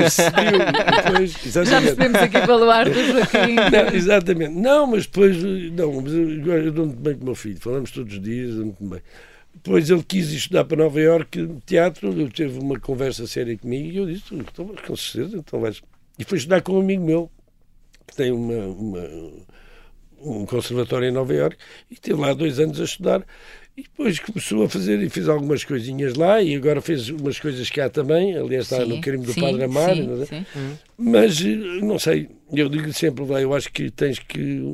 Já percebemos aqui pelo ar do Joaquim. Não, exatamente. Não, mas depois... Não, mas eu dou-me bem com o meu filho. Falamos todos os dias, dou-me bem. Depois ele quis estudar para Nova Iorque teatro. Ele teve uma conversa séria comigo e eu disse, então, com certeza, então vais... E foi estudar com um amigo meu, que tem um conservatório em Nova Iorque, e esteve lá 2 anos a estudar. E depois começou a fazer e fez algumas coisinhas lá e agora fez umas coisas cá também. Aliás, está no Crime do Padre Amaro. Mas, não sei, eu digo sempre, eu acho que tens que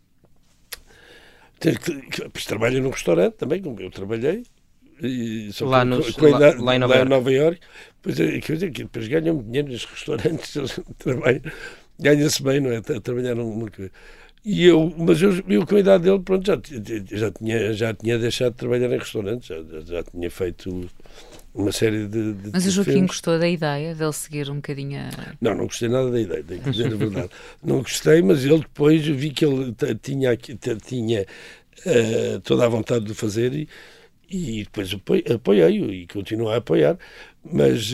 trabalha num restaurante também, como eu trabalhei. Lá em Nova Iorque. Depois ganham dinheiro nos restaurantes, trabalham, ganha-se bem, não é? A trabalhar numa coisa. Mas eu com a idade dele, pronto, já tinha deixado de trabalhar em restaurantes, já tinha feito uma série de Mas o Joaquim gostou da ideia dele seguir um bocadinho Não gostei nada da ideia, tenho que dizer a verdade. Não gostei, mas ele depois vi que ele tinha toda a vontade de fazer E depois apoiei-o e continuo a apoiar, mas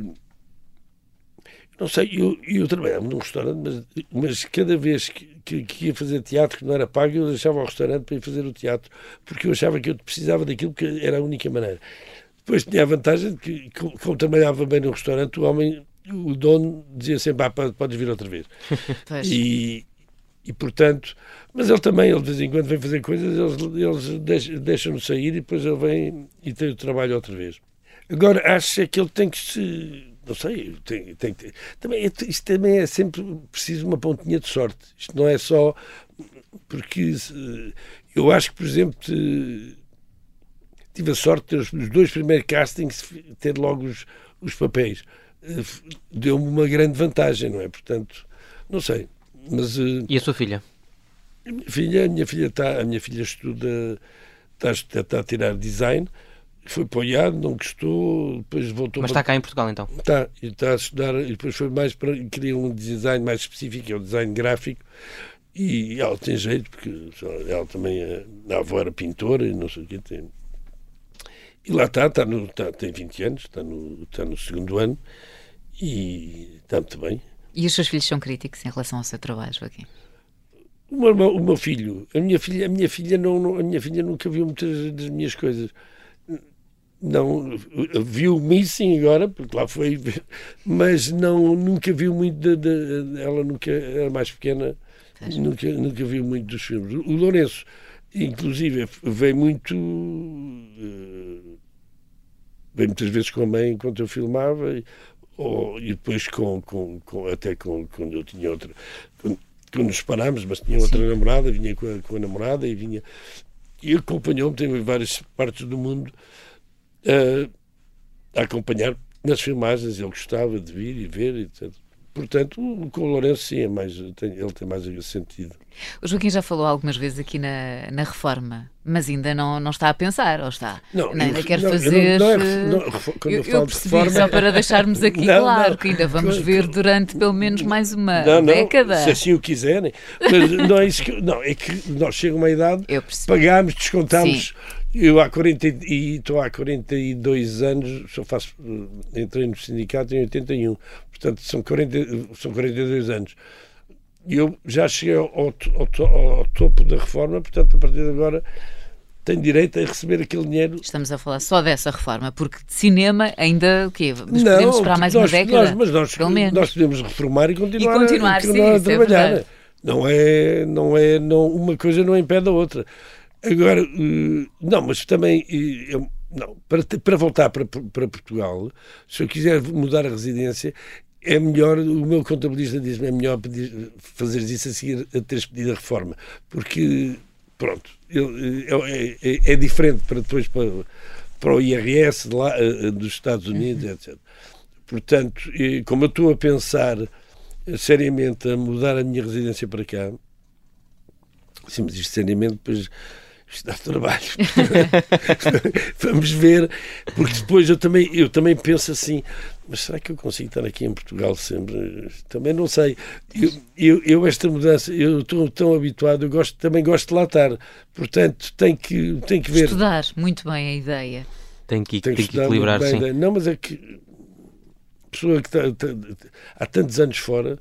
não sei, eu trabalhava num restaurante, mas cada vez que ia fazer teatro, que não era pago, eu deixava o restaurante para ir fazer o teatro, porque eu achava que eu precisava daquilo, porque era a única maneira. Depois tinha a vantagem de que, como trabalhava bem no restaurante, o dono dizia sempre, podes vir outra vez. E portanto, mas ele de vez em quando vem fazer coisas, eles deixam-no sair e depois ele vem e tem o trabalho outra vez. Agora, acho que ele tem que se... Não sei, isto também é sempre preciso uma pontinha de sorte. Isto não é só... Porque eu acho que, por exemplo, tive a sorte de ter os 2 primeiros castings, ter logo os papéis. Deu-me uma grande vantagem, não é? Portanto, não sei. Mas, e a sua filha? A minha filha estuda, está a tirar design, foi apoiado, não gostou, depois voltou... Mas está cá em Portugal, então? Está a estudar, e depois foi mais para... Queria um design mais específico, é o design gráfico, e ela tem jeito, porque ela também, a avó era pintora, e não sei o quê, e lá tem 20 anos, está no 2º ano, e está muito bem. E os seus filhos são críticos em relação ao seu trabalho, Joaquim? O meu filho, a minha filha nunca viu muitas das minhas coisas. Não viu o Missing agora, porque lá foi, mas nunca viu muito ela nunca era mais pequena, nunca viu muito dos filmes. O Lourenço, inclusive, veio muitas vezes com a mãe enquanto eu filmava, e depois até quando eu tinha outra, quando nos parámos, mas tinha outra namorada, vinha com a namorada e acompanhou-me, teve em várias partes do mundo a acompanhar nas filmagens, ele gostava de vir e ver, etc. Portanto, com o Lourenço, sim, ele tem mais esse sentido. O Joaquim já falou algumas vezes aqui na reforma, mas ainda não está a pensar, ou está? Ainda quer fazer... Quando eu falo de reforma... Só para deixarmos aqui claro que ainda vamos ver durante pelo menos mais uma década. Se assim o quiserem. Mas não é isso que... Não, é que nós chegamos a uma idade, pagámos, descontámos... Eu estou há 42 anos, entrei no sindicato em 81, portanto são 42 anos. Eu já cheguei ao topo da reforma, portanto a partir de agora tenho direito a receber aquele dinheiro. Estamos a falar só dessa reforma, porque de cinema ainda o quê? Mas podemos esperar mais uma década? Pelo menos. Nós podemos reformar e continuar a trabalhar. Uma coisa não impede a outra. Agora, mas também, para voltar para Portugal, se eu quiser mudar a residência, é melhor, o meu contabilista diz-me, é melhor fazer isso a seguir a teres pedido a reforma, porque, pronto, é diferente para depois para o IRS lá, dos Estados Unidos, etc. Portanto, como eu estou a pensar seriamente a mudar a minha residência para cá, sim, mas isto seriamente, depois... Isto dá trabalho. Vamos ver, porque depois eu também penso assim, mas será que eu consigo estar aqui em Portugal sempre? Também não sei. Eu esta mudança, eu estou tão habituado, também gosto de lá estar, portanto tenho que ver. Estudar muito bem a ideia. Tem que equilibrar, sim. Não, mas é que pessoa que está há tantos anos fora,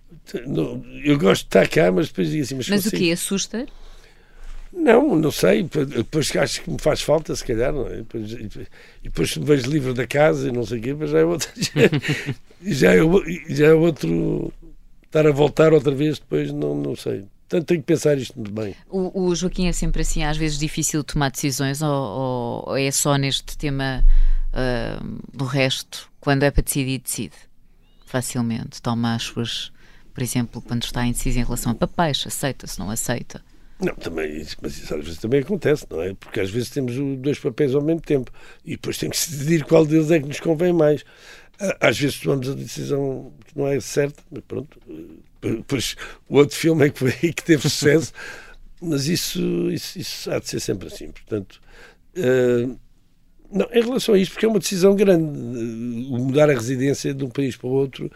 eu gosto de estar cá, mas depois digo assim... Mas o quê? Assusta? Não sei, depois acho que me faz falta, se calhar, não é? Depois me vejo livre da casa e não sei o quê, mas já é outro, estar a voltar outra vez depois, não sei. Portanto, tenho que pensar isto muito bem. O Joaquim é sempre assim, às vezes difícil tomar decisões, ou é só neste tema do resto, quando é para decidir, decide facilmente, toma as suas, por exemplo, quando está indeciso em relação a papéis, aceita, se não aceita. Não, mas isso às vezes também acontece, não é? Porque às vezes temos 2 papéis ao mesmo tempo e depois tem que se decidir qual deles é que nos convém mais. Às vezes tomamos a decisão que não é certa, mas pronto. Depois o outro filme é que teve sucesso, mas isso há de ser sempre assim. Portanto, não, em relação a isto, porque é uma decisão grande, mudar a residência de um país para o outro,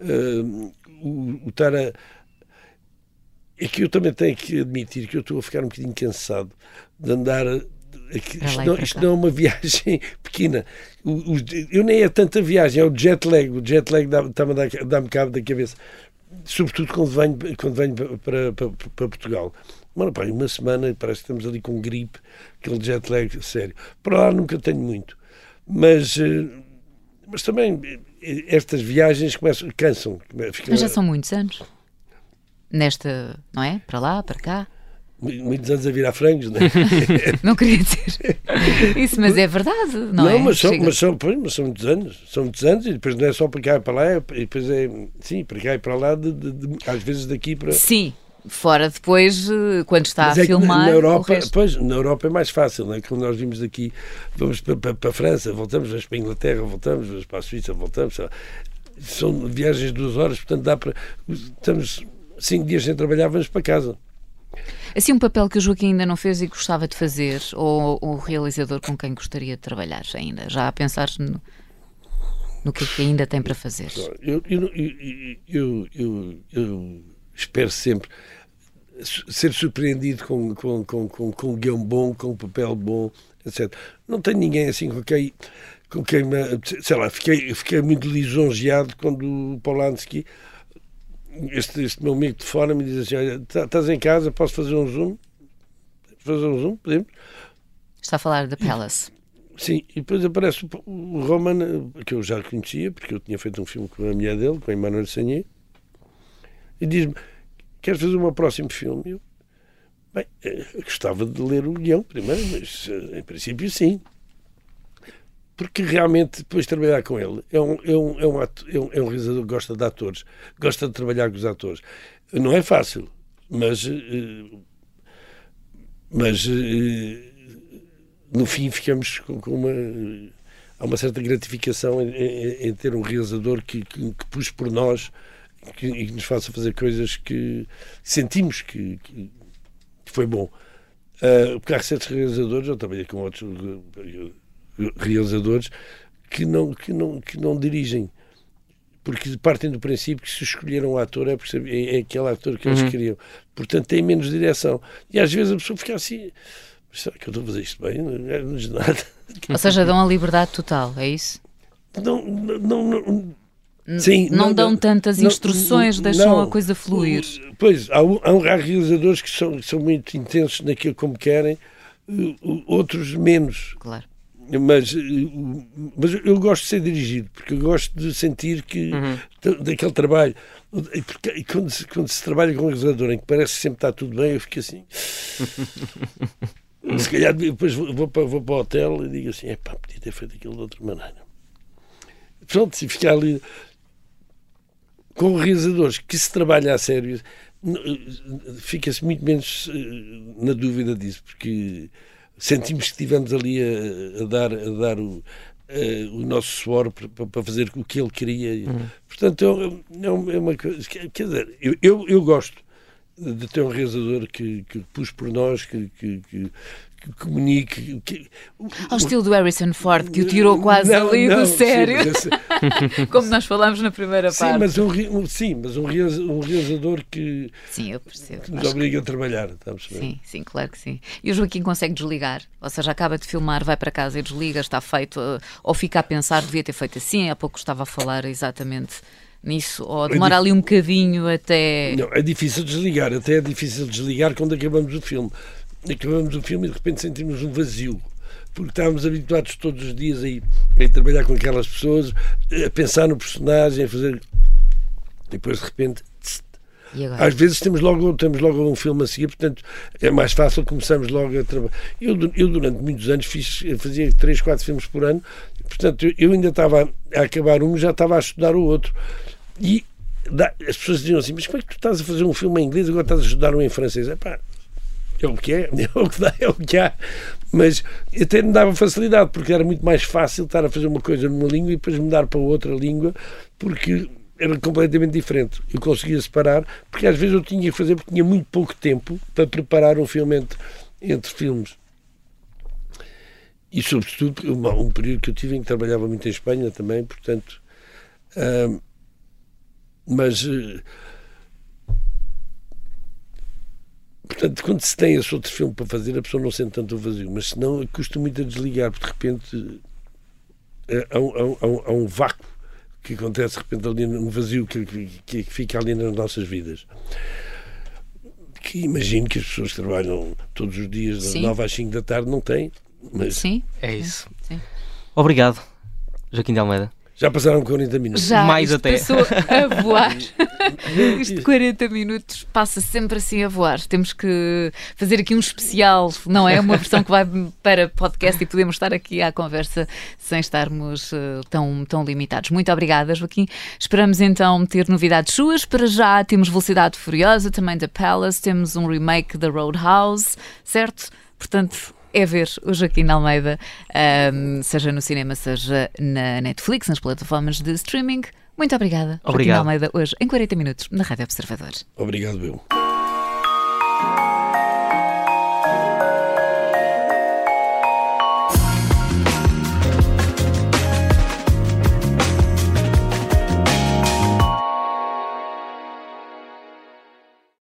estar a... É que eu também tenho que admitir que eu estou a ficar um bocadinho cansado de andar Isto não é uma viagem pequena. Eu nem é tanta viagem, é o jet lag. O jet lag dá-me cabo da cabeça. Sobretudo quando venho para Portugal. Mas, pá, uma semana parece que estamos ali com gripe, aquele jet lag sério. Para lá nunca tenho muito. Mas também estas viagens cansam. Mas já são muitos anos. Nesta, não é? Para lá, para cá. Muitos anos a virar frangos, não é? Não queria dizer isso, mas é verdade, não é? Mas são muitos anos. São muitos anos e depois não é só para cá e para lá, e depois sim, para cá e para lá, às vezes daqui para... Sim, fora depois, quando está a filmar... Na Europa, na Europa é mais fácil, não é? Quando nós vimos daqui, vamos para a França, voltamos, vamos para a Inglaterra, voltamos, vamos para a Suíça, voltamos. São viagens de 2 horas, portanto dá para... Estamos 5 dias sem trabalhar, vamos para casa. Assim, um papel que o Joaquim ainda não fez e gostava de fazer, ou o realizador com quem gostaria de trabalhar ainda? Já a pensar no que ainda tem para fazer? Eu espero sempre ser surpreendido com um guião bom, com um papel bom, etc. Não tenho ninguém assim com quem sei lá, fiquei muito lisonjeado quando o Polanski, este meu amigo de fora, me diz assim: olha, estás em casa, posso fazer um zoom? Podemos? Está a falar da Palace. Sim, e depois aparece o Roman, que eu já conhecia, porque eu tinha feito um filme com a mulher dele, com a Emmanuel Sagnier, e diz-me: queres fazer o meu próximo filme? Eu, bem, eu gostava de ler o guião primeiro, mas em princípio sim. Porque realmente, depois de trabalhar com ele, é um realizador que gosta de atores, gosta de trabalhar com os atores. Não é fácil, mas no fim ficamos há uma certa gratificação em ter um realizador que puxe por nós e que nos faça fazer coisas que sentimos que foi bom. Porque há certos realizadores, eu trabalhei com outros realizadores que não dirigem, porque partem do princípio que se escolheram o ator é porque é aquele ator que eles queriam, portanto tem menos direção, e às vezes a pessoa fica assim: será que eu estou a fazer isto bem? Não é nada. Ou seja, dão a liberdade total, é isso? Sim, não dão tantas instruções, deixam a coisa fluir. Pois, há realizadores que são muito intensos naquilo como querem, outros menos. Claro. Mas eu gosto de ser dirigido, porque eu gosto de sentir que daquele trabalho, porque quando se trabalha com um realizador em que parece que sempre está tudo bem, eu fico assim. Se calhar depois vou para o hotel e digo assim: podia ter feito aquilo de outra maneira. Pronto, se ficar ali com realizadores que se trabalha a sério, fica-se muito menos na dúvida disso, porque sentimos que estivemos ali a dar o nosso suor para fazer o que ele queria. Portanto, é uma coisa. Quer dizer, eu gosto de ter um realizador que puxe por nós, que comunique. Ao estilo do Harrison Ford, que o tirou quase ali do sério. Como nós falámos na primeira parte. Mas um realizador que, sim, eu percebo, que nos obriga a trabalhar. Sim, claro que sim. E o Joaquim consegue desligar? Ou seja, acaba de filmar, vai para casa e desliga, está feito, ou fica a pensar, devia ter feito assim, há pouco estava a falar exatamente nisso, ou demora ali um bocadinho até... Não, é difícil desligar, até é difícil desligar quando acabamos o filme. Acabamos o filme e de repente sentimos um vazio, porque estávamos habituados todos os dias a trabalhar com aquelas pessoas, a pensar no personagem, a fazer... E depois de repente... Às vezes temos logo um filme a seguir, portanto é mais fácil, começamos logo a trabalhar. Eu durante muitos anos fazia 3, 4 filmes por ano, portanto eu ainda estava a acabar um, já estava a estudar o outro. E as pessoas diziam assim: mas como é que tu estás a fazer um filme em inglês e agora estás a estudar um em francês? É o que é, é o que dá, é o que há. Mas até me dava facilidade, porque era muito mais fácil estar a fazer uma coisa numa língua e depois mudar para outra língua, porque era completamente diferente. Eu conseguia separar, porque às vezes eu tinha que fazer, porque tinha muito pouco tempo para preparar um filme entre filmes. E sobretudo um período que eu tive em que trabalhava muito em Espanha também, portanto... mas Portanto, quando se tem esse outro filme para fazer, a pessoa não sente tanto o vazio, mas senão custa muito a desligar, porque de repente há um vácuo que acontece de repente ali, um vazio que fica ali nas nossas vidas. Que imagino que as pessoas que trabalham todos os dias das 9 às 5 da tarde não têm. Mas Sim. É isso. Sim. Obrigado, Joaquim de Almeida. já passaram 40 minutos. Já, Mais isto até. passou a voar. Isto de 40 minutos passa sempre assim a voar. Temos que fazer aqui um especial, não é? Uma versão que vai para podcast e podemos estar aqui à conversa sem estarmos tão limitados. Muito obrigada, Joaquim. Esperamos então ter novidades suas. Para já temos Velocidade Furiosa, também da Palace, temos um remake da Roadhouse, certo? Portanto, é ver o Joaquim de Almeida, seja no cinema, seja na Netflix, nas plataformas de streaming. Muito obrigada, Joaquim de Almeida, hoje em 40 minutos, na Rádio Observador. Obrigado, eu.